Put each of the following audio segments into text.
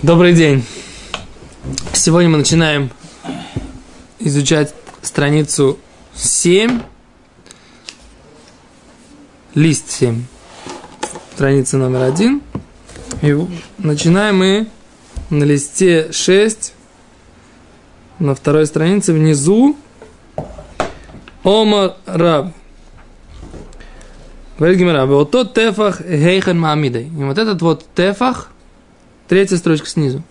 Добрый день. Сегодня мы начинаем изучать страницу 7, лист 7, страница номер 1. И начинаем мы на листе 6, на второй странице внизу. Омар Рав. Говорит Гемара, вот тот тефах гейхан маамидой. И вот этот вот тефах, третья строчка снизу.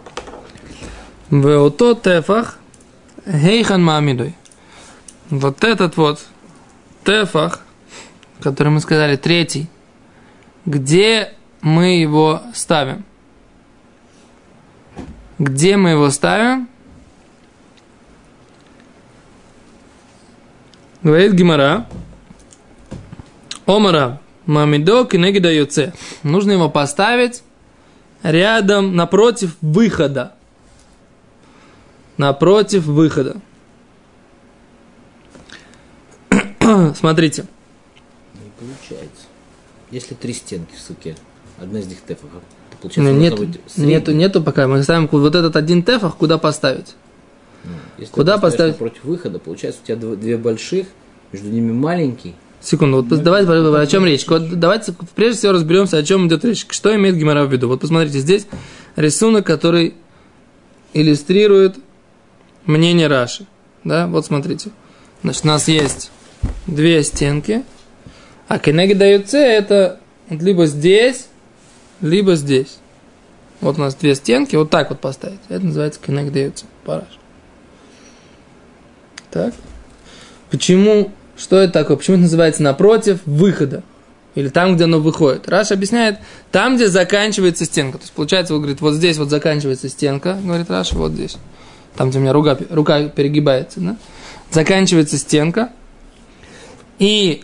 Вот тот тефах гейхан маамидой. Вот этот вот тефах, который мы сказали, третий, где мы его ставим? Где мы его ставим? Говорит Гемара, Омара, мамидо кенегеда йоце. Нужно его поставить рядом, напротив выхода. Напротив выхода. Смотрите. Не получается. Если три стенки в суке, одна из них тефах, то получается нету пока. Мы ставим вот этот один тефах, куда поставить? Если куда поставить? Напротив выхода, получается у тебя две больших, между ними маленький. Секунду, вот давайте о чем речь. Давайте прежде всего разберемся, о чем идет речь. Что имеет Гемара в виду? Вот посмотрите, здесь рисунок, который иллюстрирует мнение Раши. Да, вот смотрите. Значит, у нас есть две стенки, а кенегеда йоце это либо здесь, либо здесь. Вот у нас две стенки, вот так вот поставить. Это называется кенегеда йоце по Раши. Так. Почему? Что это такое? Почему это называется напротив выхода? Или там, где оно выходит? Раш объясняет, там, где заканчивается стенка. То есть, получается, он говорит, вот здесь вот заканчивается стенка, говорит Раш, вот здесь. Там, где у меня рука перегибается, да? Заканчивается стенка. И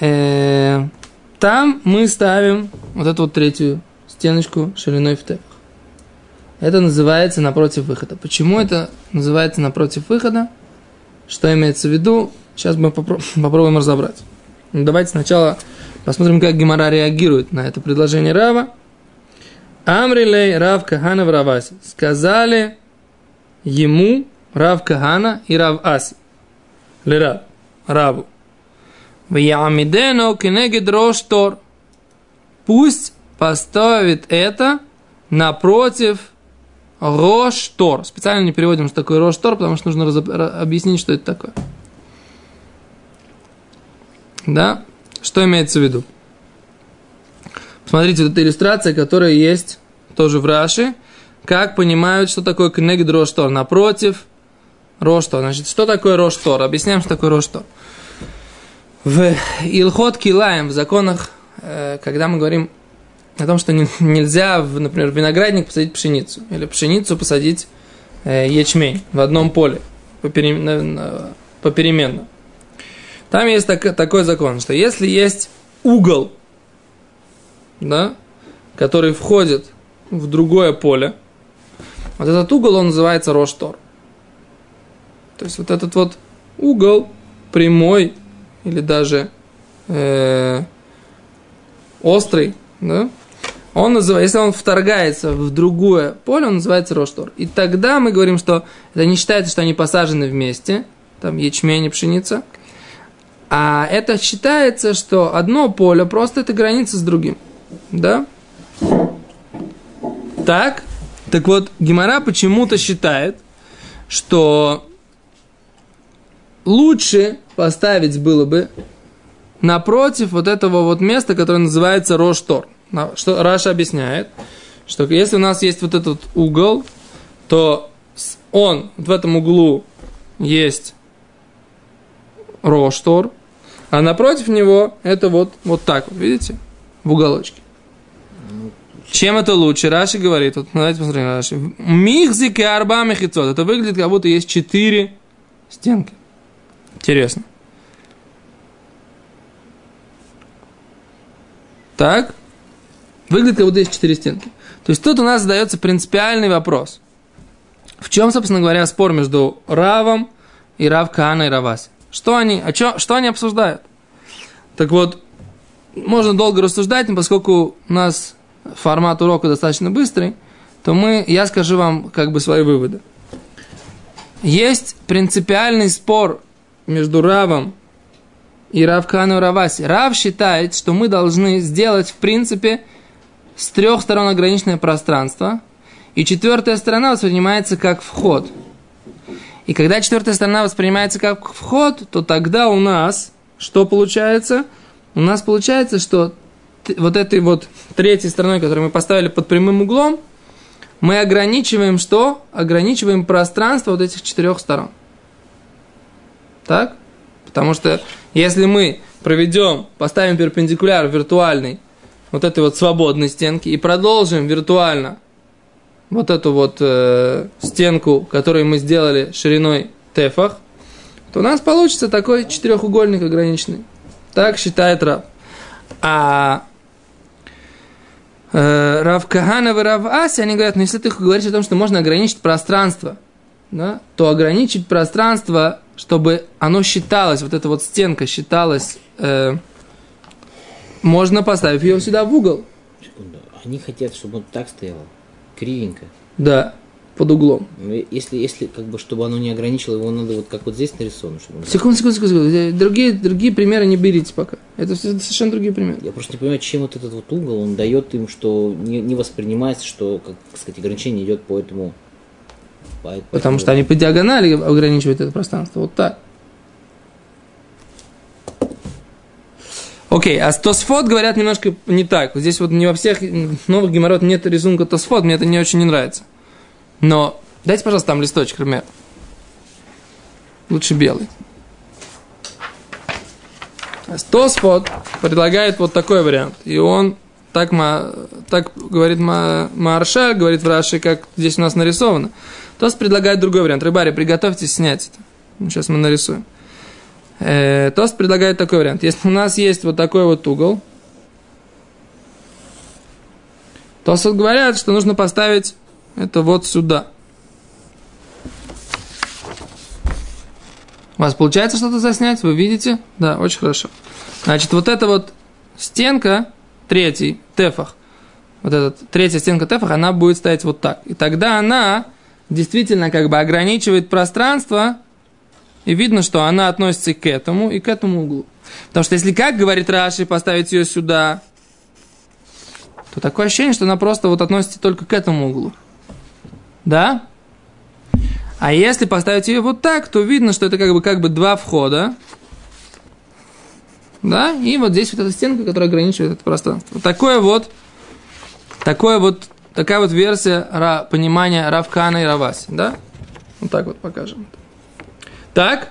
там мы ставим вот эту вот третью стеночку шириной в тефах. Это называется напротив выхода. Почему это называется напротив выхода? Что имеется в виду? Сейчас мы попробуем разобрать. Давайте сначала посмотрим, как Гемара реагирует на это предложение Рава. Амрилей Рав Кахана в Равасе. Сказали ему Рав Кахана и Рав Аси. Лерав. Раву. Вяамидено кенегед рош тор. Пусть поставит это напротив рош тор. Специально не переводим, что такое рош тор, потому что нужно объяснить, что это такое. Да? Что имеется в виду? Смотрите, вот эта иллюстрация, которая есть тоже в Раши. Как понимают, что такое кенегед рош тор? Напротив рош тор. Значит, что такое рош тор? Объясняем, что такое рош тор. В Илхот Килаем, в законах, когда мы говорим о том, что нельзя, например, в виноградник посадить пшеницу, или пшеницу посадить ячмень в одном поле, попеременно. Там есть такой закон, что если есть угол, да, который входит в другое поле, вот этот угол, он называется рош тор. То есть вот этот вот угол прямой или даже острый, да, он называется, если он вторгается в другое поле, он называется рош тор. И тогда мы говорим, что это не считается, что они посажены вместе, там ячмень и пшеница, а это считается, что одно поле просто это граница с другим. Да? Так? Так вот, Гемара почему-то считает, что лучше поставить было бы напротив вот этого вот места, которое называется рош тор. Что Раша объясняет, что если у нас есть вот этот угол, то вот в этом углу есть рош тор, а напротив него это вот так вот, видите, в уголочке. Чем это лучше? Раши говорит, вот давайте посмотрим Раши. Михзик и арба мехицот. Это выглядит, как будто есть 4 стенки. Интересно. Так. Выглядит, как будто есть 4 стенки. То есть тут у нас задается принципиальный вопрос. В чем, собственно говоря, спор между Равом и Рав Кахана и Рав Аси? Что они обсуждают? Так вот, можно долго рассуждать, но поскольку у нас формат урока достаточно быстрый, то я скажу вам как бы свои выводы. Есть принципиальный спор между Равом и Рав Кааной Раваси. Рав считает, что мы должны сделать, в принципе, с 3 сторон ограниченное пространство, и 4-я сторона воспринимается как вход. И когда 4-я сторона воспринимается как вход, то тогда у нас что получается? У нас получается, что вот этой вот 3-й стороной, которую мы поставили под прямым углом, мы ограничиваем что? Ограничиваем пространство вот этих 4 сторон. Так? Потому что если мы поставим перпендикуляр виртуальный вот этой вот свободной стенки и продолжим виртуально вот эту вот стенку, которую мы сделали шириной тефах, то у нас получится такой 4-угольник ограниченный. Так считает Рав. А Рав Каана и Рав Аси, они говорят, если ты говоришь о том, что можно ограничить пространство, да, то ограничить пространство, чтобы оно считалось, вот эта вот стенка считалась, можно поставив ее сюда в угол. Секунду. Они хотят, чтобы он так стояло, кривенько. Да, под углом. Если как бы, чтобы оно не ограничило, его надо вот как вот здесь нарисовано. Чтобы Секунду. Другие примеры не берите пока. Это совершенно другие примеры. Я просто не понимаю, чем вот этот вот угол, он дает им, что не воспринимается, что, как сказать, ограничение идет по этому. Потому что они по диагонали ограничивают это пространство. Вот так. Окей, а Тосфот говорят немножко не так. Здесь вот не во всех новых геморрот нет рисунка Тосфот, мне это не очень не нравится. Но дайте, пожалуйста, там листочек, например. Лучше белый. Тосфот предлагает вот такой вариант. И он так говорит Мааршаль, говорит в Раши, как здесь у нас нарисовано. Тос предлагает другой вариант. Рыбари, приготовьтесь снять это. Сейчас мы нарисуем. Тос предлагает такой вариант. Если у нас есть вот такой вот угол, Тос говорят, что нужно поставить это вот сюда. У вас получается что-то заснять? Вы видите? Да, очень хорошо. Значит, вот эта вот стенка, 3-й тефах, вот эта 3-я стенка тефах, она будет стоять вот так. И тогда она действительно как бы ограничивает пространство, и видно, что она относится и к этому углу. Потому что если, как говорит Раши, поставить ее сюда, то такое ощущение, что она просто вот относится только к этому углу. Да? А если поставить ее вот так, то видно, что это как бы 2 входа. Да? И вот здесь вот эта стенка, которая ограничивает это пространство. Такая вот версия понимания Рав Каана и Раваси. Да? Вот так вот покажем. Так?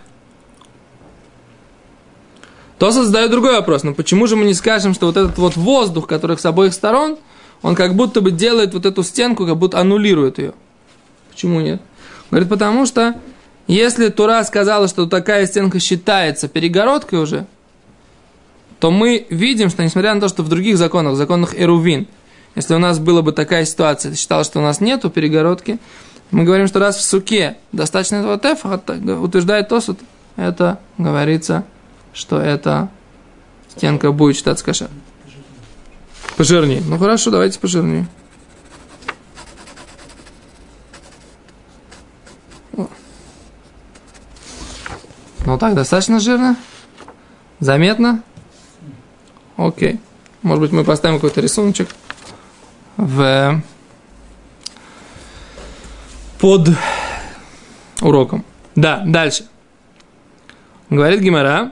Тосфот задает другой вопрос. Но почему же мы не скажем, что вот этот вот воздух, который с обоих сторон, он как будто бы делает вот эту стенку, как будто аннулирует ее? Почему нет? Говорит, потому что если Тора сказала, что такая стенка считается перегородкой уже, то мы видим, что несмотря на то, что в других законах Эрувин, если у нас была бы такая ситуация, считалось, что у нас нету перегородки, мы говорим, что раз в суке достаточно этого тефа, утверждает Тосфот, это говорится, что эта стенка будет считаться кошер. Пожирнее. Ну хорошо, давайте пожирнее. Ну так, достаточно жирно? Заметно? Окей. Может быть, мы поставим какой-то рисуночек под уроком. Да, дальше. Говорит Гемара.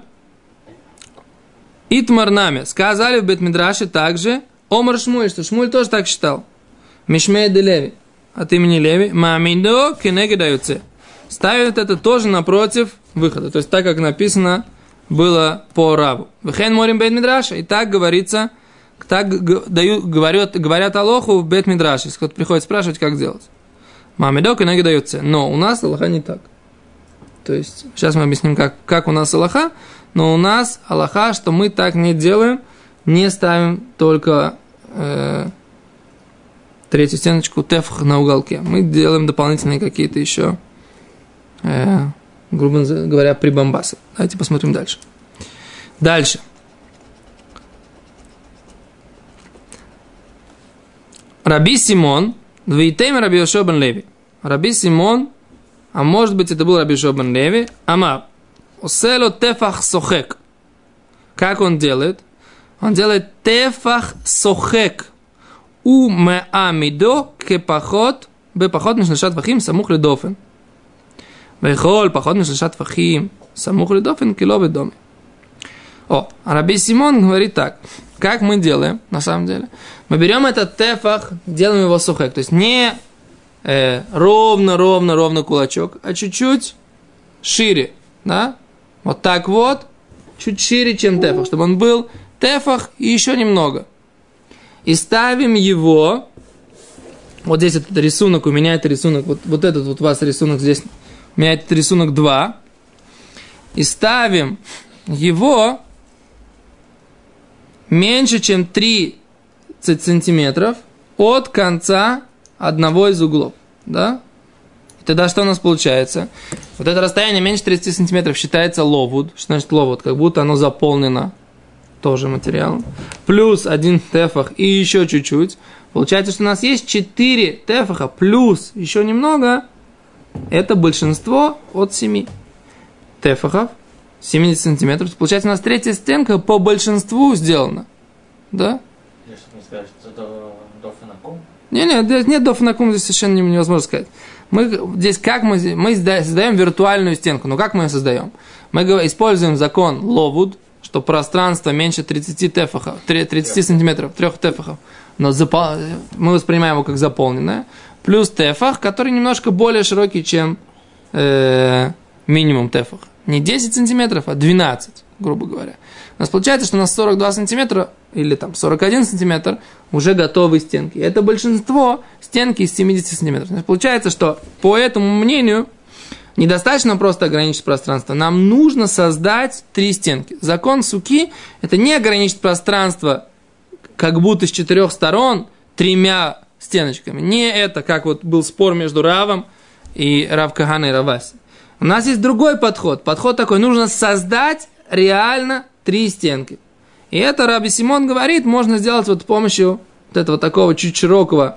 Итмар нами. Сказали в Бет-Мидраше также Омар Шмуль, что Шмуль тоже так считал. Мишмей де Леви. От имени Леви. Мааминдо кенеге даются. Ставят это тоже напротив выхода. То есть так, как написано было по Раву. Вехен морим Бет-Мидраша. И так говорится, так говорят Алоху в Бет-Мидраше. Если кто-то приходит спрашивать, как делать. Мааминдо кенеге даются. Но у нас Алоха не так. То есть, сейчас мы объясним, как у нас Алоха. Но у нас Алоха, что мы так не делаем, не ставим только 3-ю стеночку тефах на уголке. Мы делаем дополнительные какие-то еще, грубо говоря, прибамбасы. Давайте посмотрим дальше. Дальше. Раби Симон Вейтейм Раби Йошуа бен Леви. Раби Симон, а может быть это был Раби Йошуа бен Леви, амар. Осело тефах сохек. Как он делает? Он делает тефах сохек. У меамидо кепахот бепахот мишлешат фахим самух ледофен. Вехол пахот мишлешат фахим самух ледофен кило бедоме. О, Раби Симон говорит так. Как мы делаем, на самом деле? Мы берем этот тефах, делаем его сухек. То есть не ровно кулачок, а чуть-чуть шире. Да? Вот так вот. Чуть шире, чем тефах. Чтобы он был тефах и еще немного. И ставим его. Вот здесь этот рисунок, у меня это рисунок. Вот этот вот у вас рисунок здесь. У меня этот рисунок 2. И ставим его меньше, чем 30 сантиметров от конца одного из углов. Да? И тогда что у нас получается? Вот это расстояние меньше 30 сантиметров считается ловуд. Что значит ловуд? Как будто оно заполнено тоже материалом. Плюс 1 тефах и еще чуть-чуть. Получается, что у нас есть 4 тефаха плюс еще немного. Это большинство от 7 тефахов. 70 сантиметров. Получается, у нас третья стенка по большинству сделана. Да? Если не скажешь, что это дофенакум? Нет дофенакум, здесь совершенно невозможно сказать. Мы здесь создаем виртуальную стенку. Но как мы ее создаем? Мы используем закон ловуд, что пространство меньше 30 тефахов, 30 сантиметров, 3 тефахов. Но мы воспринимаем его как заполненное. Плюс тефах, который немножко более широкий, чем минимум тефах. Не 10 сантиметров, а 12, грубо говоря. У нас получается, что у нас 42 сантиметра или там 41 сантиметр уже готовые стенки. Это большинство стенки из 70 сантиметров. Значит, получается, что по этому мнению недостаточно просто ограничить пространство. Нам нужно создать 3 стенки. Закон суки – это не ограничить пространство как будто с 4 сторон 3 стеночками. Не это, как вот был спор между Равом и Рав Кахана и Раваси. У нас есть другой подход. Подход такой, нужно создать реально 3 стенки. И это Раби Симон говорит, можно сделать вот с помощью вот этого такого чуть широкой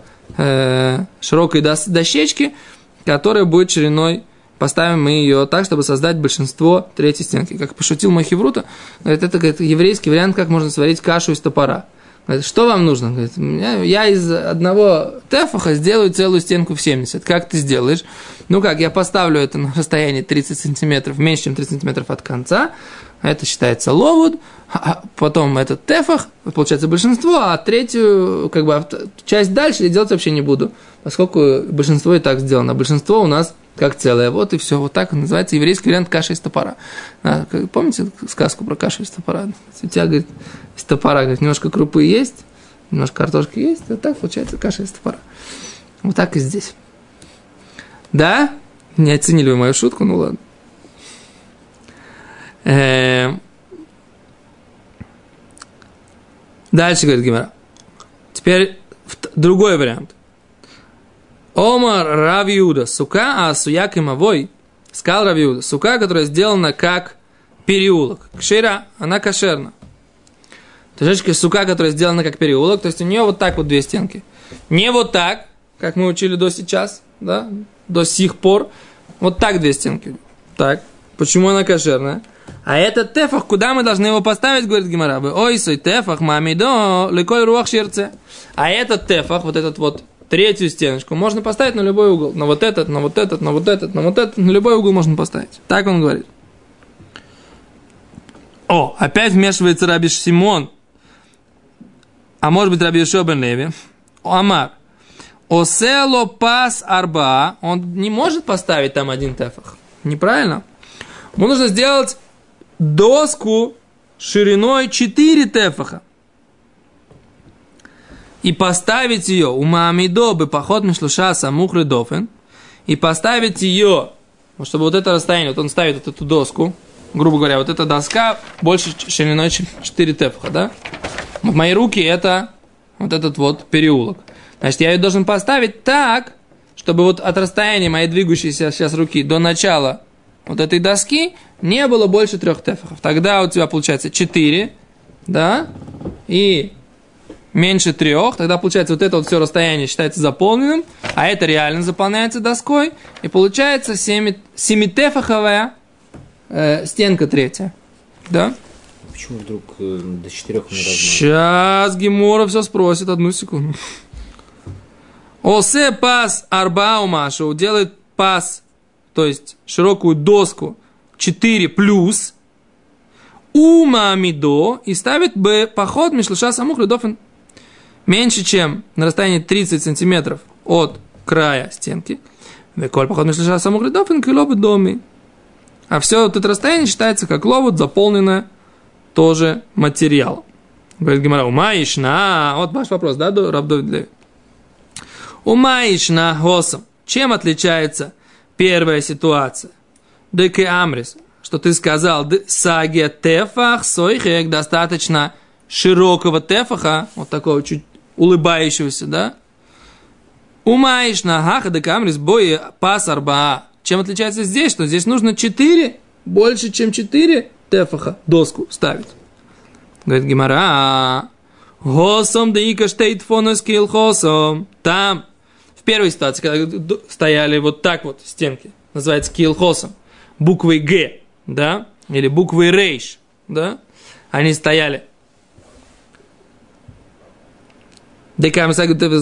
дощечки, которая будет шириной, поставим мы ее так, чтобы создать большинство 3 стенки. Как пошутил мой Хеврута, говорит, это еврейский вариант, как можно сварить кашу из топора. Говорит, что вам нужно? Говорит, я из одного тефаха сделаю целую стенку в 70. Как ты сделаешь? Ну как, я поставлю это на расстоянии 30 сантиметров, меньше, чем 30 сантиметров от конца. Это считается ловуд. А потом этот тефах, получается большинство, а третью, как бы, часть дальше я делать вообще не буду. Поскольку большинство и так сделано. Большинство у нас как целое. Вот и все. Вот так называется еврейский вариант каши из топора. Помните сказку про кашу из топора? У тебя, говорит, из топора, говорит, немножко крупы есть, немножко картошки есть, вот так получается каша из топора. Вот так и здесь. Да? Не оценили вы мою шутку? Ну ладно. Дальше говорит Гемара. Теперь другой вариант. Омар Рав Иуда, сука, а суяк и мавой. Сказал Рав Иуда, сука, которая сделана как переулок. Кшира, она кошерна. То есть сука, которая сделана как переулок, то есть у нее вот так вот 2 стенки. Не вот так, как мы учили до сейчас, да, до сих пор. Вот так 2 стенки. Так. Почему она кошерная? А этот тефах, куда мы должны его поставить, говорит Гемара? Ой, сой тефах, мамидо, лекой руах шерце. А этот тефах, вот этот вот 3 стеночку, можно поставить на любой угол. На вот этот, на вот этот, на вот этот, на вот этот, на любой угол можно поставить. Так он говорит. О, опять вмешивается Раби Симон. А может быть Раби Йошуа бен Леви. Амар. Осело пас арба. Он не может поставить там 1 тефах. Неправильно. Ему нужно сделать доску шириной 4 тефаха. И поставить ее у маамидо бы поход мишлуша самух ледофен. И поставить ее, чтобы вот это расстояние, вот он ставит вот эту доску, грубо говоря, вот эта доска больше шириной 4 тефаха, да? В мои руки это вот этот вот переулок. Значит, я ее должен поставить так, чтобы вот от расстояния моей двигающейся сейчас руки до начала вот этой доски не было больше 3 тефахов. Тогда у тебя получается 4, да, и меньше 3, тогда получается вот это вот все расстояние считается заполненным, а это реально заполняется доской, и получается 7-тефаховая стенка третья. Да? Почему вдруг до 4 не размазать? Сейчас Гемора все спросит, одну секунду. Осе пас арбау машу, делает пас, то есть широкую доску 4 плюс, ума мидо, и ставит б поход мишлуша самух ледофен. Меньше, чем на расстоянии 30 сантиметров от края стенки. Веколь поход мишлуша самух ледофен килобы доми. А все вот это расстояние считается как ловут, заполненное тоже материалом. Говорит Гемара, умаишна. Вот ваш вопрос, да, Рабдовид? Умаишна госом. Чем отличается первая ситуация? Деки амрис, что ты сказал, саге тефах сойхек, достаточно широкого тефаха, вот такого чуть улыбающегося, да? Умаишна гаха деки амрис бои пасарба. Чем отличается здесь, что здесь нужно 4, больше, чем 4 тефаха, доску ставить. Говорит Гемара, госом да ика штейт фонос кил хосом. Там, в первой ситуации, когда стояли вот так вот стенки, называется кил хосом, буквой Г, да, или буквой Рейш, да, они стояли. Декам сагу тефах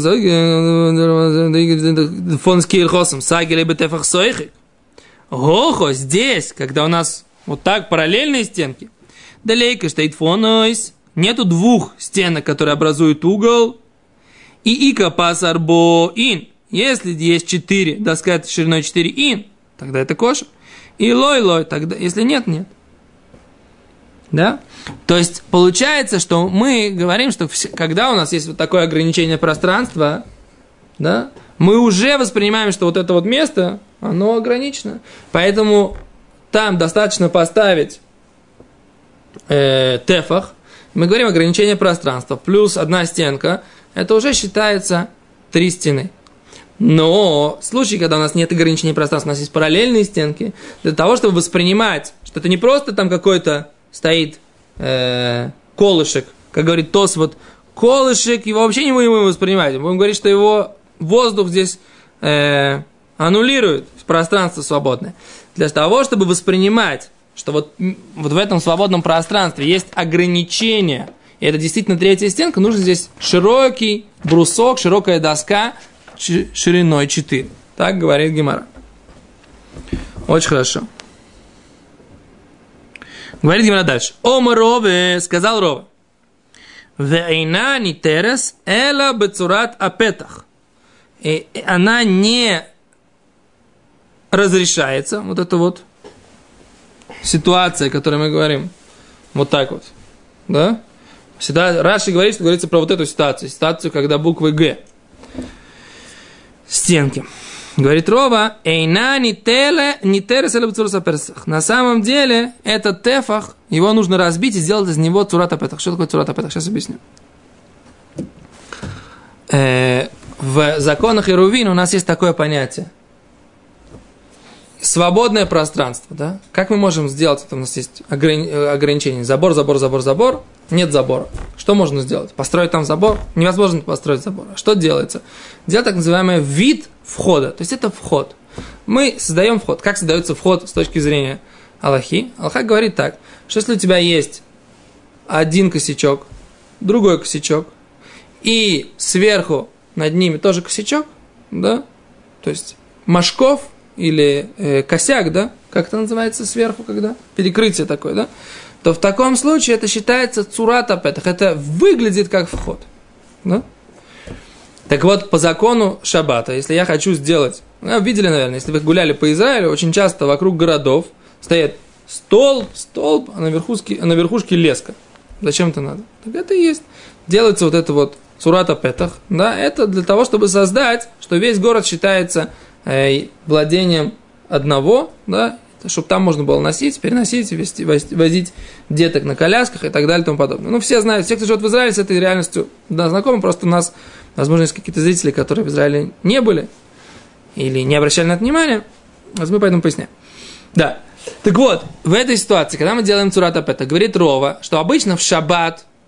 фонос кил хосом, саги либо тефах сойхик. Гохо, здесь, когда у нас вот так параллельные стенки, далейка стоит фонойс, нету 2 стенок, которые образуют угол, и ика пасарбо ин, если есть 4, доска шириной 4 ин, тогда это кошер, и лой-лой, тогда, если нет, нет. Да? То есть, получается, что мы говорим, что когда у нас есть вот такое ограничение пространства, да, мы уже воспринимаем, что вот это вот место, оно ограничено. Поэтому там достаточно поставить тефах. Мы говорим ограничение пространства. Плюс 1 стенка. Это уже считается 3 стены. Но в случае, когда у нас нет ограничения пространства, у нас есть параллельные стенки, для того, чтобы воспринимать, что это не просто там какой-то стоит колышек, как говорит Тос, вот колышек, его вообще не будем воспринимать. Мы будем говорить, что его воздух здесь аннулирует пространство свободное. Для того, чтобы воспринимать, что вот в этом свободном пространстве есть ограничения, и это действительно 3 стенка, нужен здесь широкий брусок, широкая доска шириной 4. Так говорит Гемара. Очень хорошо. Говорит Гемара дальше. Ома Рове, сказал Рове. Вейна не терес, эла бецурат апетах. И она не разрешается, вот эта вот ситуация, о которой мы говорим, вот так вот, да? Всегда Раши говорит, что говорится про вот эту ситуацию, когда буквы Г, стенки. Говорит Рова, эйна не терес эла бецурат апетах. На самом деле, этот тефах, его нужно разбить и сделать из него цурат апетах. Что такое цурат апетах? Сейчас объясню. В законах Ирувин у нас есть такое понятие. Свободное пространство, да? Как мы можем сделать это? У нас есть ограничение. Забор. Нет забора. Что можно сделать? Построить там забор? Невозможно построить забор. А что делается? Делать так называемый вид входа. То есть это вход. Мы создаем вход. Как создается вход с точки зрения Аллахи? Аллаха говорит так, что если у тебя есть один косячок, другой косячок, и сверху над ними тоже косячок, да? То есть машков или косяк, да? Как это называется сверху, когда? Перекрытие такое, да? То в таком случае это считается цурат апетах. Это выглядит как вход. Да? Так вот, по закону шаббата, если я хочу сделать... видели, наверное, если вы гуляли по Израилю, очень часто вокруг городов стоит столб, а на верхушке леска. Зачем это надо? Так это и есть. Делается вот это вот цурат апетах. Да? Это для того, чтобы создать, что весь город считается владением одного, да? Чтобы там можно было носить, переносить, возить деток на колясках и так далее и тому подобное. Ну, все знают, все, кто живет в Израиле, с этой реальностью знакомы, просто у нас, возможно, есть какие-то зрители, которые в Израиле не были или не обращали на это внимания, мы поэтому поясняем. Так вот, в этой ситуации, когда мы делаем цурат апетах, говорит Рова, что обычно в шаббат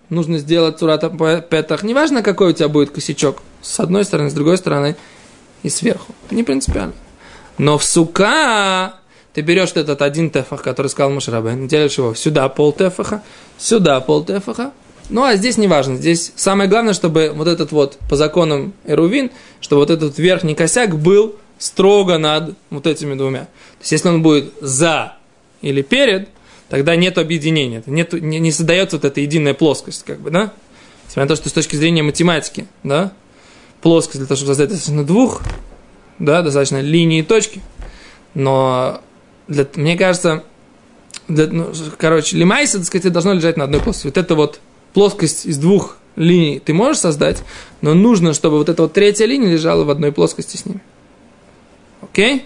нужно сделать цурат петах. Неважно, какой у тебя будет косячок. С одной стороны, с другой стороны и сверху. Не принципиально. Но в сука ты берешь этот один тефах, который сказал Моше Рабейну, делишь его сюда пол тефаха, сюда пол тефаха. Ну, а здесь не важно. Здесь самое главное, чтобы вот этот вот, по законам Эрувин, чтобы вот этот верхний косяк был строго над вот этими двумя. То есть, если он будет за или перед, тогда нет объединения. Не создается вот эта единая плоскость, как бы, да? Несмотря на то, что с точки зрения математики, да, плоскость для того, чтобы создать достаточно двух, да, достаточно линии и точки. Но, мне кажется, лимайса, так сказать, должно лежать на одной плоскости. Вот эта вот плоскость из двух линий ты можешь создать, но нужно, чтобы вот эта вот третья линия лежала в одной плоскости с ними. Окей?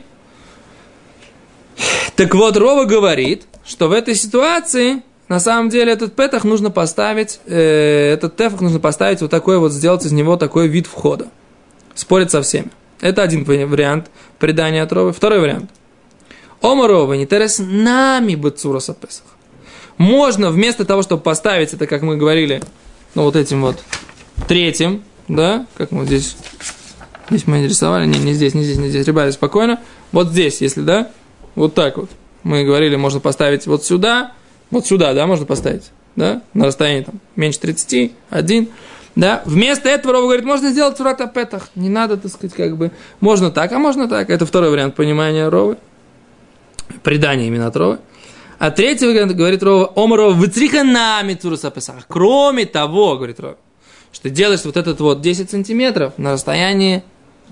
Так вот, Рова говорит, что в этой ситуации, на самом деле, этот петах нужно поставить, этот тефах нужно поставить вот такой вот, сделать из него такой вид входа. Спорит со всеми. Это один вариант предания от Ровы. Второй вариант. Ома Рова не терес нами бацураса песах. Можно вместо того, чтобы поставить это, как мы говорили, ну вот этим вот третьим, да, как мы здесь мы рисовали, не здесь, ребята, спокойно. Вот здесь, если, да, вот так вот. Мы говорили, можно поставить вот сюда, да, можно поставить, да, на расстоянии там меньше 31, да. Вместо этого Рова говорит, можно сделать цурат петах. Не надо, так сказать, как бы, можно так, а можно так. Это второй вариант понимания Ровы, предания именно от Ровы. А третий вариант, говорит Рова, омарова выцриха нами цураса песах. Кроме того, говорит Рова, что ты делаешь вот этот вот 10 сантиметров на расстоянии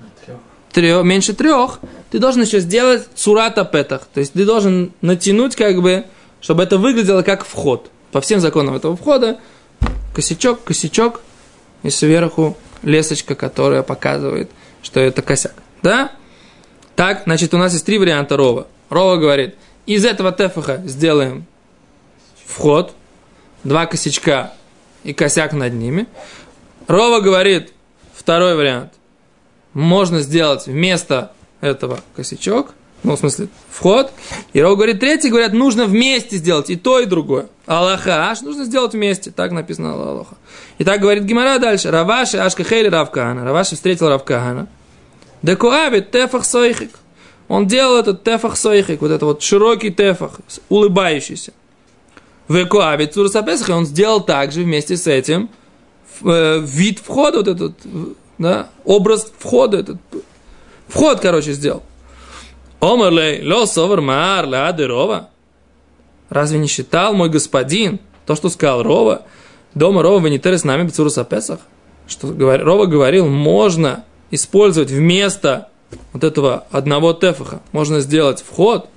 меньше 3, ты должен еще сделать цурата петах. То есть ты должен натянуть, как бы, чтобы это выглядело как вход. По всем законам этого входа косячок, и сверху лесочка, которая показывает, что это косяк. Да? Так, значит, у нас есть 3 варианта Рова. Рова говорит, из этого тефаха сделаем вход, 2 косячка и косяк над ними. Рова говорит, второй вариант, можно сделать вместо этого косячок, ну, в смысле, вход. И Рова говорит, третий, говорят, нужно вместе сделать и то, и другое. Аллаха, нужно сделать вместе, так написано Аллаха. И так говорит Гемара дальше. Раваши ашкахели Рав Кахана. Раваши встретил Рав Кахана. Декуавит тефах сойхик. Он делал этот тефах сойхик, вот это вот широкий тефах, улыбающийся. Векуавит цураса песах, и он сделал также вместе с этим вид входа, вот этот, да, образ входа, этот вход, короче, сделал. Омарлей, ло совар маар ла аде Рова. Разве не считал мой господин то, что сказал Рова? Дома Рова вы не терес нами бцураса песах? Что Рова говорил, можно использовать вместо вот этого одного тефаха, можно сделать вход,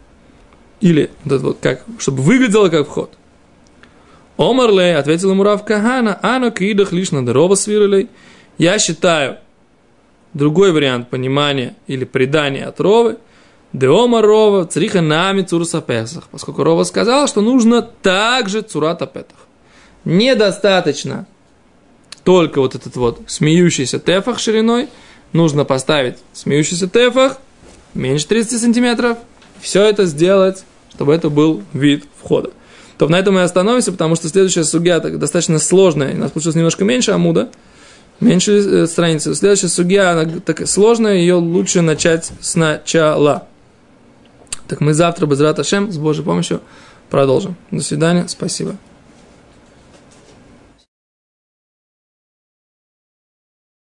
или вот это вот как, чтобы выглядело как вход. Омарлей, ответил ему Рав Кахана, ано кидах лишь над Рова свирилей. Я считаю другой вариант понимания или предания от Ровы. Деома Рова цриха нами цурса песах. Поскольку Рова сказал, что нужно также цурата петах. Недостаточно только вот этот вот смеющийся тефах шириной. Нужно поставить смеющийся тефах меньше 30 сантиметров. Все это сделать, чтобы это был вид входа. То на этом мы остановимся, потому что следующая сугья достаточно сложная. У нас получилось немножко меньше амуда, меньше страницы. Следующая сугья, она так сложная, ее лучше начать сначала. Так мы завтра, Безрат Ашем, с Божьей помощью продолжим. До свидания, спасибо.